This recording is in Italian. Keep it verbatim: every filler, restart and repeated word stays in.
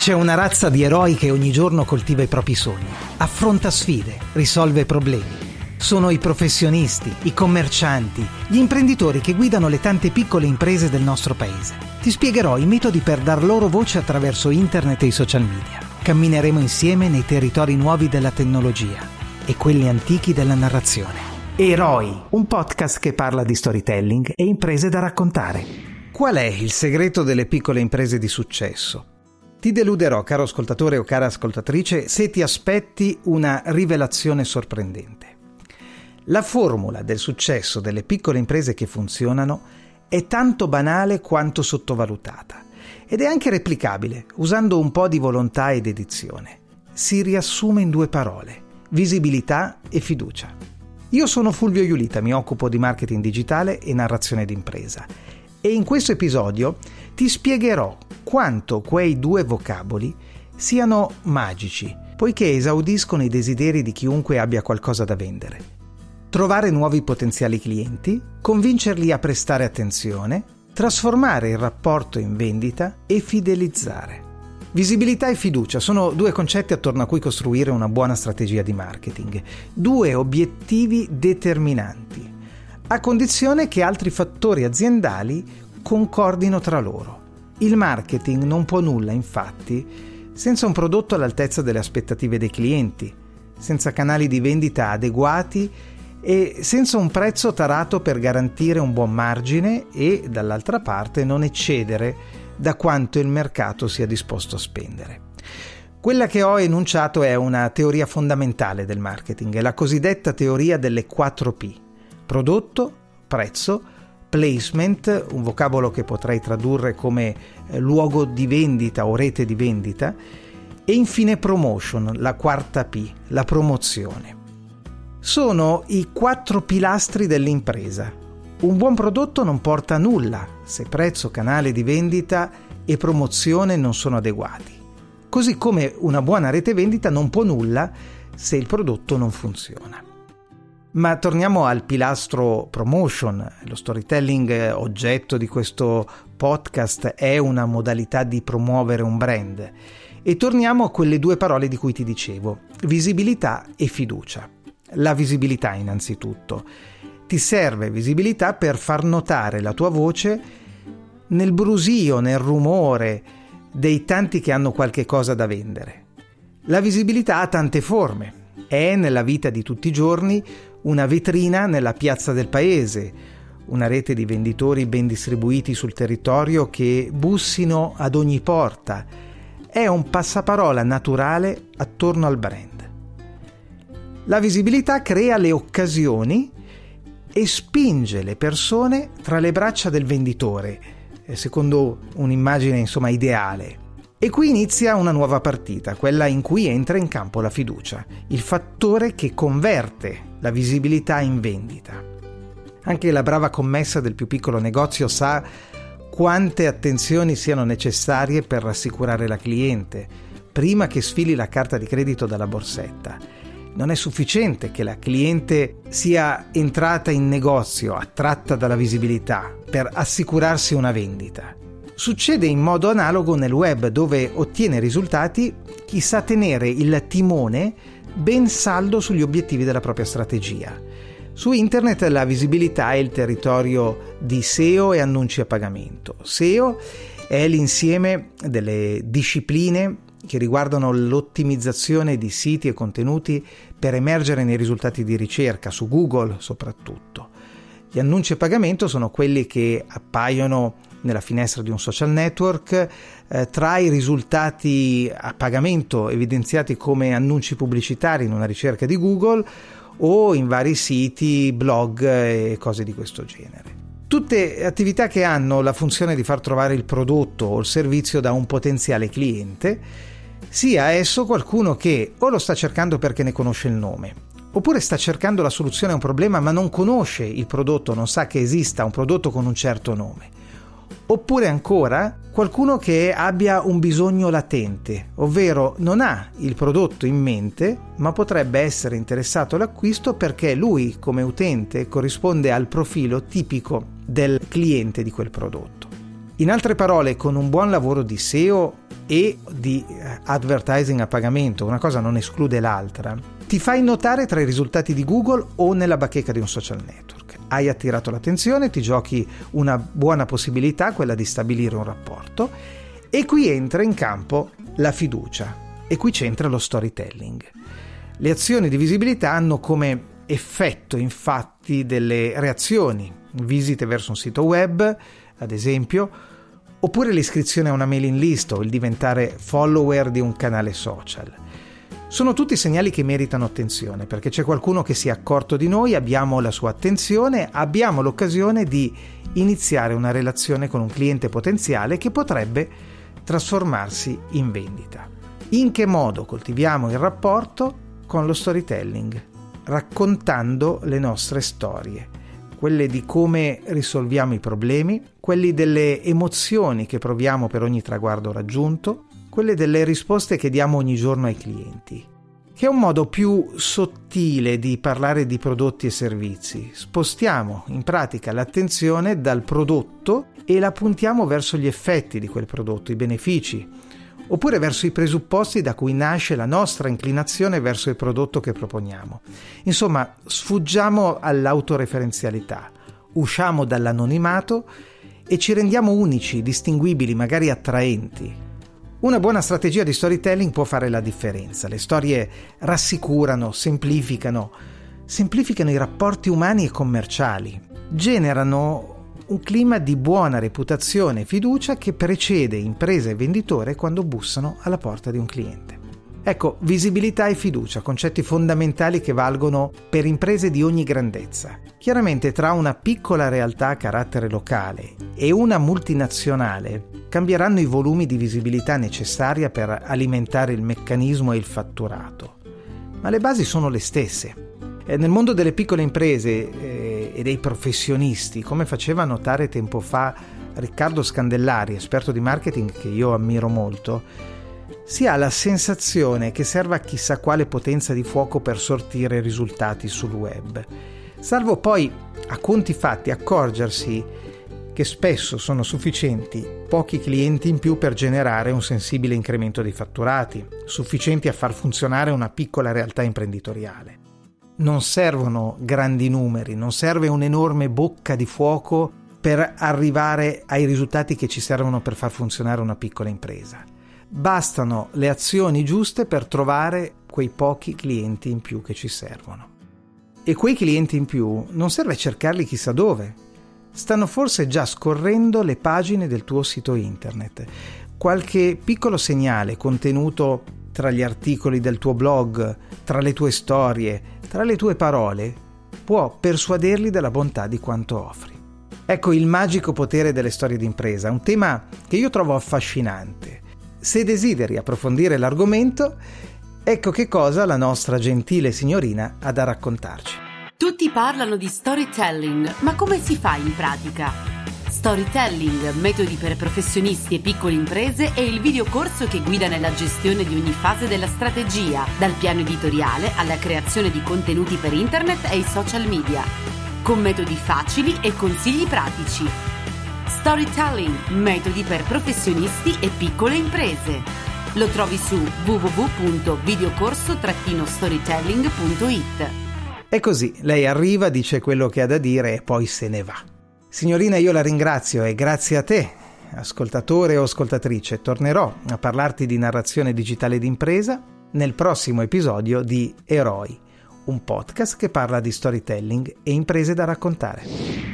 C'è una razza di eroi che ogni giorno coltiva i propri sogni, affronta sfide, risolve problemi. Sono i professionisti, i commercianti, gli imprenditori che guidano le tante piccole imprese del nostro paese. Ti spiegherò i metodi per dar loro voce attraverso internet e i social media. Cammineremo insieme nei territori nuovi della tecnologia e quelli antichi della narrazione. Eroi, un podcast che parla di storytelling e imprese da raccontare. Qual è il segreto delle piccole imprese di successo? Ti deluderò, caro ascoltatore o cara ascoltatrice, se ti aspetti una rivelazione sorprendente. La formula del successo delle piccole imprese che funzionano è tanto banale quanto sottovalutata ed è anche replicabile usando un po' di volontà e dedizione. Si riassume in due parole: visibilità e fiducia. Io sono Fulvio Iulita, mi occupo di marketing digitale e narrazione d'impresa e in questo episodio ti spiegherò quanto quei due vocaboli siano magici, poiché esaudiscono i desideri di chiunque abbia qualcosa da vendere. Trovare nuovi potenziali clienti, convincerli a prestare attenzione, trasformare il rapporto in vendita e fidelizzare. Visibilità e fiducia sono due concetti attorno a cui costruire una buona strategia di marketing, due obiettivi determinanti, a condizione che altri fattori aziendali concordino tra loro. Il marketing non può nulla, infatti, senza un prodotto all'altezza delle aspettative dei clienti, senza canali di vendita adeguati e senza un prezzo tarato per garantire un buon margine e, dall'altra parte, non eccedere da quanto il mercato sia disposto a spendere. Quella che ho enunciato è una teoria fondamentale del marketing, è la cosiddetta teoria delle quattro P: prodotto, prezzo, placement, un vocabolo che potrei tradurre come luogo di vendita o rete di vendita, e infine promotion, la quarta P, la promozione. Sono i quattro pilastri dell'impresa. Un buon prodotto non porta a nulla se prezzo, canale di vendita e promozione non sono adeguati. Così come una buona rete vendita non può nulla se il prodotto non funziona. Ma torniamo al pilastro promotion. Lo storytelling, oggetto di questo podcast, è una modalità di promuovere un brand. E torniamo a quelle due parole di cui ti dicevo: visibilità e fiducia. La visibilità, innanzitutto. Ti serve visibilità per far notare la tua voce nel brusio, nel rumore dei tanti che hanno qualche cosa da vendere. La visibilità ha tante forme. È nella vita di tutti i giorni una vetrina nella piazza del paese, una rete di venditori ben distribuiti sul territorio che bussino ad ogni porta. È un passaparola naturale attorno al brand. La visibilità crea le occasioni e spinge le persone tra le braccia del venditore, secondo un'immagine insomma ideale. E qui inizia una nuova partita, quella in cui entra in campo la fiducia, il fattore che converte la visibilità in vendita. Anche la brava commessa del più piccolo negozio sa quante attenzioni siano necessarie per rassicurare la cliente prima che sfili la carta di credito dalla borsetta. Non è sufficiente che la cliente sia entrata in negozio attratta dalla visibilità per assicurarsi una vendita. Succede in modo analogo nel web, dove ottiene risultati chi sa tenere il timone ben saldo sugli obiettivi della propria strategia. Su internet la visibilità è il territorio di S E O e annunci a pagamento. S E O è l'insieme delle discipline che riguardano l'ottimizzazione di siti e contenuti per emergere nei risultati di ricerca, su Google soprattutto. Gli annunci a pagamento sono quelli che appaiono nella finestra di un social network, eh, tra i risultati a pagamento evidenziati come annunci pubblicitari in una ricerca di Google o in vari siti, blog e cose di questo genere. Tutte attività che hanno la funzione di far trovare il prodotto o il servizio da un potenziale cliente, sia esso qualcuno che o lo sta cercando perché ne conosce il nome, oppure sta cercando la soluzione a un problema ma non conosce il prodotto, non sa che esista un prodotto con un certo nome. Oppure ancora qualcuno che abbia un bisogno latente, ovvero non ha il prodotto in mente ma potrebbe essere interessato all'acquisto perché lui come utente corrisponde al profilo tipico del cliente di quel prodotto. In altre parole, con un buon lavoro di S E O e di advertising a pagamento, una cosa non esclude l'altra, ti fai notare tra i risultati di Google o nella bacheca di un social network. Hai attirato l'attenzione, ti giochi una buona possibilità, quella di stabilire un rapporto, e qui entra in campo la fiducia e qui c'entra lo storytelling. Le azioni di visibilità hanno come effetto infatti delle reazioni, visite verso un sito web, ad esempio, oppure l'iscrizione a una mailing list o il diventare follower di un canale social. Sono tutti segnali che meritano attenzione, perché c'è qualcuno che si è accorto di noi, abbiamo la sua attenzione, abbiamo l'occasione di iniziare una relazione con un cliente potenziale che potrebbe trasformarsi in vendita. In che modo coltiviamo il rapporto? Con lo storytelling, raccontando le nostre storie, quelle di come risolviamo i problemi, quelli delle emozioni che proviamo per ogni traguardo raggiunto, quelle delle risposte che diamo ogni giorno ai clienti, che è un modo più sottile di parlare di prodotti e servizi. Spostiamo in pratica l'attenzione dal prodotto e la puntiamo verso gli effetti di quel prodotto, i benefici, oppure verso i presupposti da cui nasce la nostra inclinazione verso il prodotto che proponiamo. Insomma, sfuggiamo all'autoreferenzialità, usciamo dall'anonimato e ci rendiamo unici, distinguibili, magari attraenti. Una buona strategia di storytelling può fare la differenza. Le storie rassicurano, semplificano, semplificano i rapporti umani e commerciali, generano un clima di buona reputazione e fiducia che precede impresa e venditore quando bussano alla porta di un cliente. Ecco, visibilità e fiducia, concetti fondamentali che valgono per imprese di ogni grandezza. Chiaramente tra una piccola realtà a carattere locale e una multinazionale cambieranno i volumi di visibilità necessaria per alimentare il meccanismo e il fatturato, ma le basi sono le stesse. E nel mondo delle piccole imprese eh, e dei professionisti, come faceva notare tempo fa Riccardo Scandellari, esperto di marketing che io ammiro molto, si ha la sensazione che serva chissà quale potenza di fuoco per sortire risultati sul web, salvo poi a conti fatti accorgersi che spesso sono sufficienti pochi clienti in più per generare un sensibile incremento di fatturati, sufficienti a far funzionare una piccola realtà imprenditoriale. Non servono grandi numeri, non serve un'enorme bocca di fuoco per arrivare ai risultati che ci servono per far funzionare una piccola impresa. Bastano le azioni giuste per trovare quei pochi clienti in più che ci servono. E quei clienti in più non serve cercarli chissà dove. Stanno forse già scorrendo le pagine del tuo sito internet. Qualche piccolo segnale contenuto tra gli articoli del tuo blog, tra le tue storie, tra le tue parole, può persuaderli della bontà di quanto offri. Ecco il magico potere delle storie d'impresa, un tema che io trovo affascinante. Se desideri approfondire l'argomento, ecco che cosa la nostra gentile signorina ha da raccontarci. Tutti parlano di storytelling, ma come si fa in pratica? Storytelling, metodi per professionisti e piccole imprese, è il videocorso che guida nella gestione di ogni fase della strategia, dal piano editoriale alla creazione di contenuti per internet e i social media, con metodi facili e consigli pratici. Storytelling, metodi per professionisti e piccole imprese. Lo trovi su w w w punto videocorso storytelling punto i t. E così lei arriva, dice quello che ha da dire e poi se ne va. Signorina, io la ringrazio e grazie a te, ascoltatore o ascoltatrice, tornerò a parlarti di narrazione digitale d'impresa nel prossimo episodio di Eroi, un podcast che parla di storytelling e imprese da raccontare.